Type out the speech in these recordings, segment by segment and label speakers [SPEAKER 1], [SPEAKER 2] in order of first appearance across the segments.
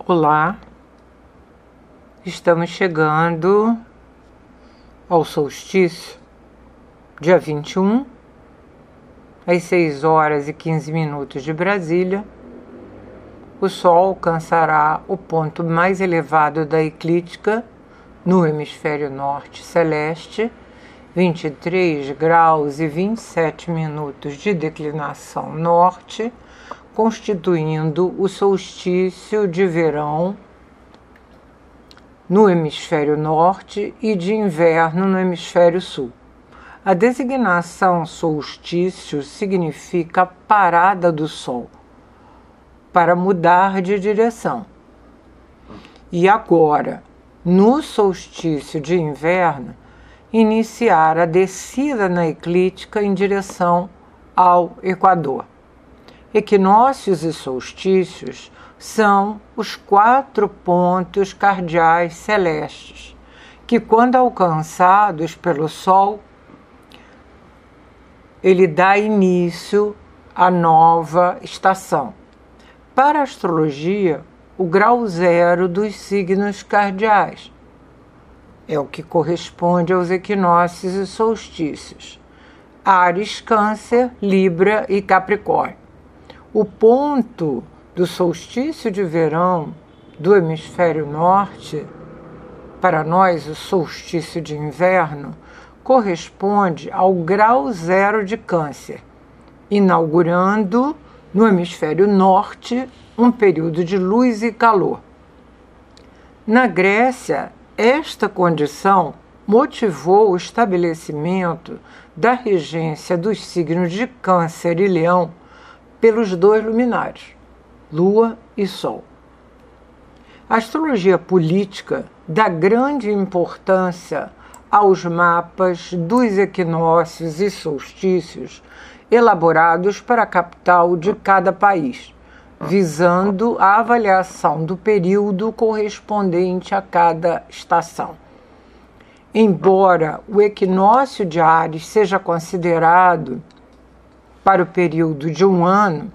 [SPEAKER 1] Olá, estamos chegando ao solstício, dia 21, às 6 horas e 15 minutos de Brasília. O Sol alcançará o ponto mais elevado da eclíptica no hemisfério norte celeste, 23 graus e 27 minutos de declinação norte, constituindo o solstício de verão no hemisfério norte e de inverno no hemisfério sul. A designação solstício significa parada do Sol para mudar de direção. E agora, no solstício de inverno, iniciar a descida na eclíptica em direção ao Equador. Equinócios e solstícios são os 4 pontos cardeais celestes, que, quando alcançados pelo Sol, ele dá início à nova estação. Para a astrologia, o grau zero dos signos cardeais é o que corresponde aos equinócios e solstícios: Áries, Câncer, Libra e Capricórnio. O ponto do solstício de verão do hemisfério norte, para nós o solstício de inverno, corresponde ao grau zero de Câncer, inaugurando no hemisfério norte um período de luz e calor. Na Grécia, esta condição motivou o estabelecimento da regência dos signos de Câncer e Leão pelos 2 luminares, Lua e Sol. A astrologia política dá grande importância aos mapas dos equinócios e solstícios elaborados para a capital de cada país, visando a avaliação do período correspondente a cada estação. Embora o equinócio de Áries seja considerado para o período de um ano,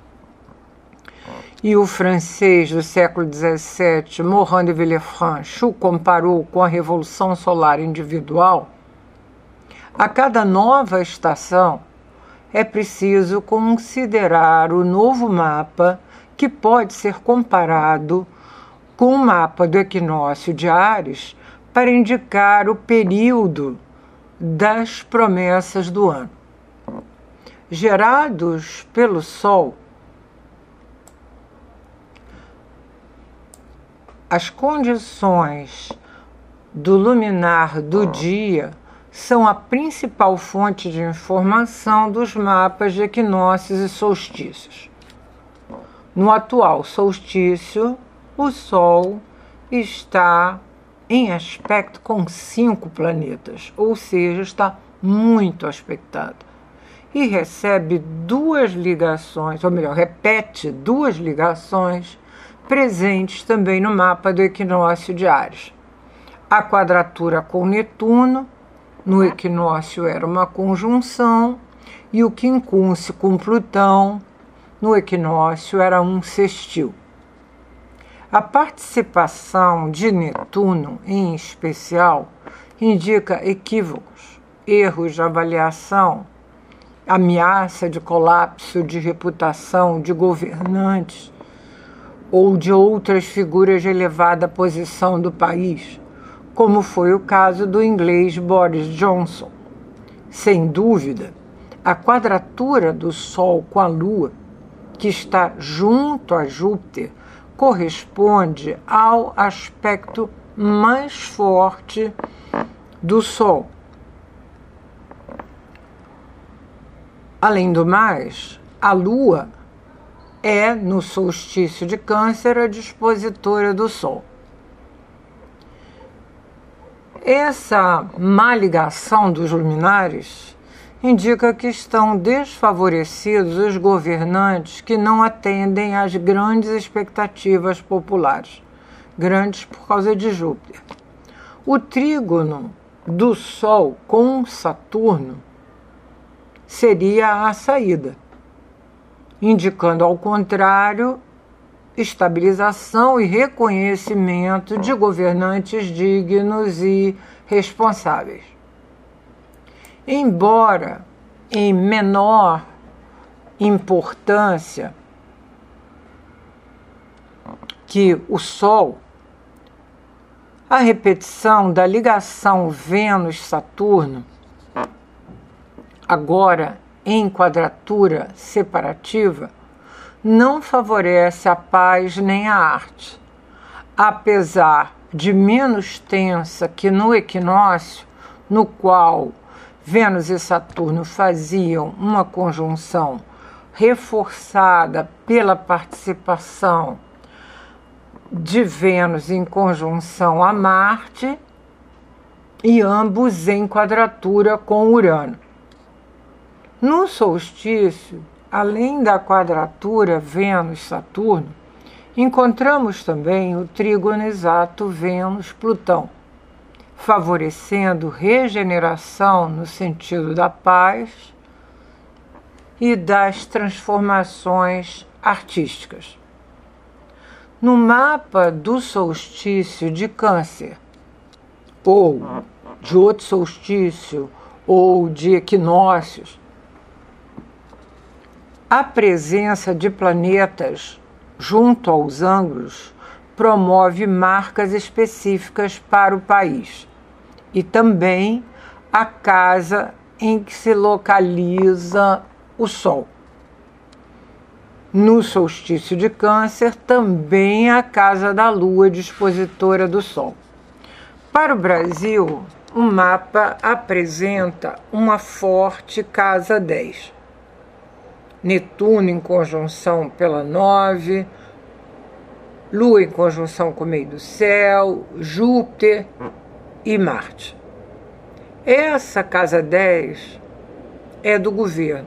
[SPEAKER 1] e o francês do século XVII, Morand de Villefranche, o comparou com a Revolução Solar Individual, a cada nova estação é preciso considerar o novo mapa, que pode ser comparado com o mapa do equinócio de Áries, para indicar o período das promessas do ano. Gerados pelo Sol, as condições do luminar do dia são a principal fonte de informação dos mapas de equinócios e solstícios. No atual solstício, o Sol está em aspecto com 5 planetas, ou seja, está muito aspectado. E recebe 2 ligações, ou melhor, repete 2 ligações presentes também no mapa do equinócio de Áries. A quadratura com Netuno, no equinócio era uma conjunção, e o quincunce com Plutão, no equinócio era um sextil. A participação de Netuno, em especial, indica equívocos, erros de avaliação, ameaça de colapso de reputação de governantes ou de outras figuras de elevada posição do país, como foi o caso do inglês Boris Johnson. Sem dúvida, a quadratura do Sol com a Lua, que está junto a Júpiter, corresponde ao aspecto mais forte do Sol. Além do mais, a Lua é, no solstício de Câncer, a dispositora do Sol. Essa má ligação dos luminares indica que estão desfavorecidos os governantes que não atendem às grandes expectativas populares, grandes por causa de Júpiter. O trígono do Sol com Saturno seria a saída, indicando, ao contrário, estabilização e reconhecimento de governantes dignos e responsáveis. Embora em menor importância que o Sol, a repetição da ligação Vênus-Saturno, agora em quadratura separativa, não favorece a paz nem a arte, apesar de menos tensa que no equinócio, no qual Vênus e Saturno faziam uma conjunção reforçada pela participação de Vênus em conjunção a Marte e ambos em quadratura com Urano. No solstício, além da quadratura Vênus-Saturno, encontramos também o trígono exato Vênus-Plutão, favorecendo regeneração no sentido da paz e das transformações artísticas. No mapa do solstício de Câncer, ou de outro solstício, ou de equinócios, a presença de planetas junto aos ângulos promove marcas específicas para o país e também a casa em que se localiza o Sol. No solstício de Câncer, também a casa da Lua dispositora do Sol. Para o Brasil, o mapa apresenta uma forte casa 10. Netuno em conjunção pela 9, Lua em conjunção com o meio do céu, Júpiter e Marte. Essa casa 10 é do governo.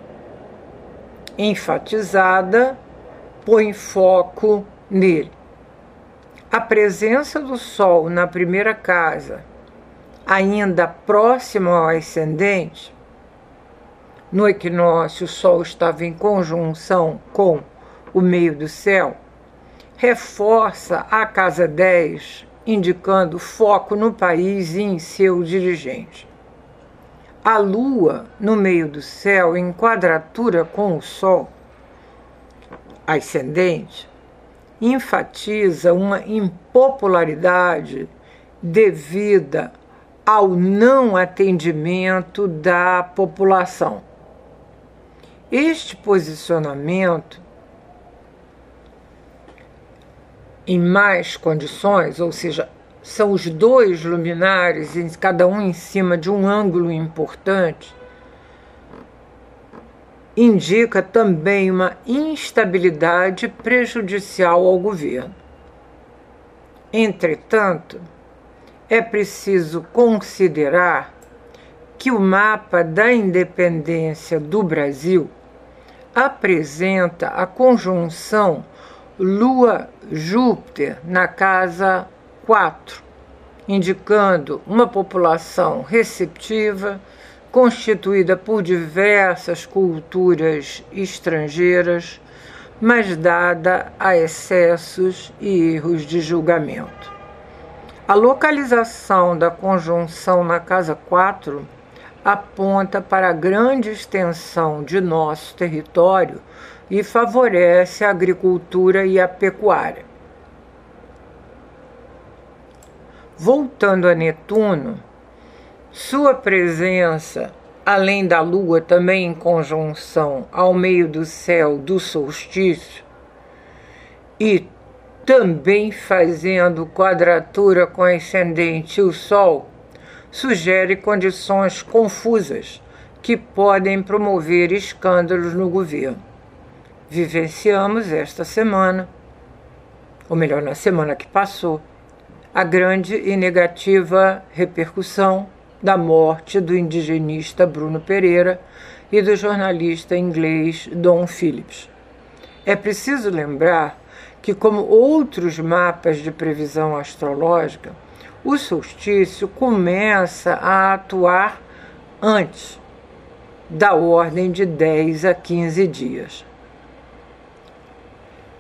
[SPEAKER 1] Enfatizada, põe foco nele. A presença do Sol na primeira casa, ainda próximo ao ascendente, no equinócio o Sol estava em conjunção com o meio do céu, reforça a casa 10, indicando foco no país e em seu dirigente. A Lua, no meio do céu, em quadratura com o Sol, ascendente, enfatiza uma impopularidade devida ao não atendimento da população. Este posicionamento, em mais condições, ou seja, são os dois luminares, cada um em cima de um ângulo importante, indica também uma instabilidade prejudicial ao governo. Entretanto, é preciso considerar que o mapa da independência do Brasil apresenta a conjunção Lua-Júpiter na casa 4, indicando uma população receptiva, constituída por diversas culturas estrangeiras, mas dada a excessos e erros de julgamento. A localização da conjunção na casa 4 aponta para a grande extensão de nosso território e favorece a agricultura e a pecuária. Voltando a Netuno, sua presença, além da Lua, também em conjunção ao meio do céu do solstício, e também fazendo quadratura com o ascendente e o Sol, sugere condições confusas que podem promover escândalos no governo. Vivenciamos esta semana, ou melhor, na semana que passou, a grande e negativa repercussão da morte do indigenista Bruno Pereira e do jornalista inglês Dom Phillips. É preciso lembrar que, como outros mapas de previsão astrológica, o solstício começa a atuar antes, da ordem de 10 a 15 dias.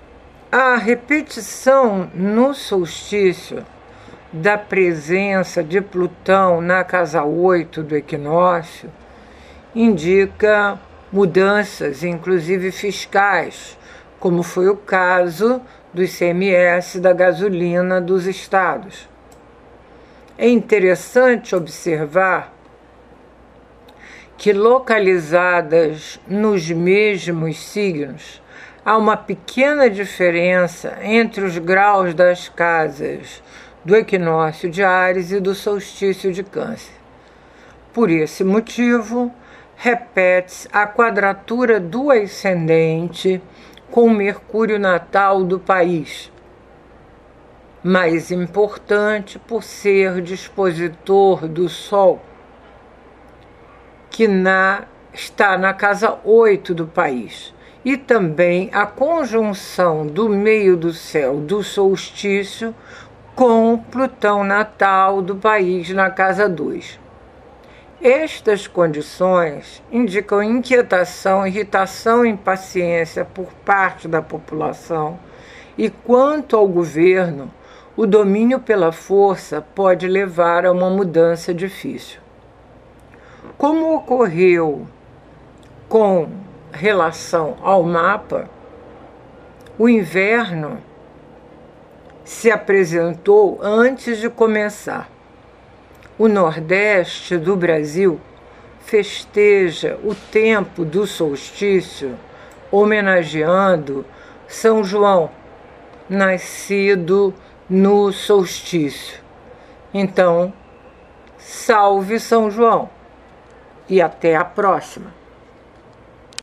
[SPEAKER 1] A repetição no solstício da presença de Plutão na casa 8 do equinócio indica mudanças, inclusive fiscais, como foi o caso do ICMS da gasolina dos estados. É interessante observar que, localizadas nos mesmos signos, há uma pequena diferença entre os graus das casas do equinócio de Áries e do solstício de Câncer. Por esse motivo, repete-se a quadratura do ascendente com Mercúrio natal do país, mais importante por ser dispositor do Sol, que está na casa 8 do país, e também a conjunção do meio do céu do solstício com Plutão natal do país na casa 2. Estas condições indicam inquietação, irritação e impaciência por parte da população, e quanto ao governo, o domínio pela força pode levar a uma mudança difícil. Como ocorreu com relação ao mapa, o inverno se apresentou antes de começar. O Nordeste do Brasil festeja o tempo do solstício homenageando São João, nascido no solstício. Então, salve São João! E até a próxima!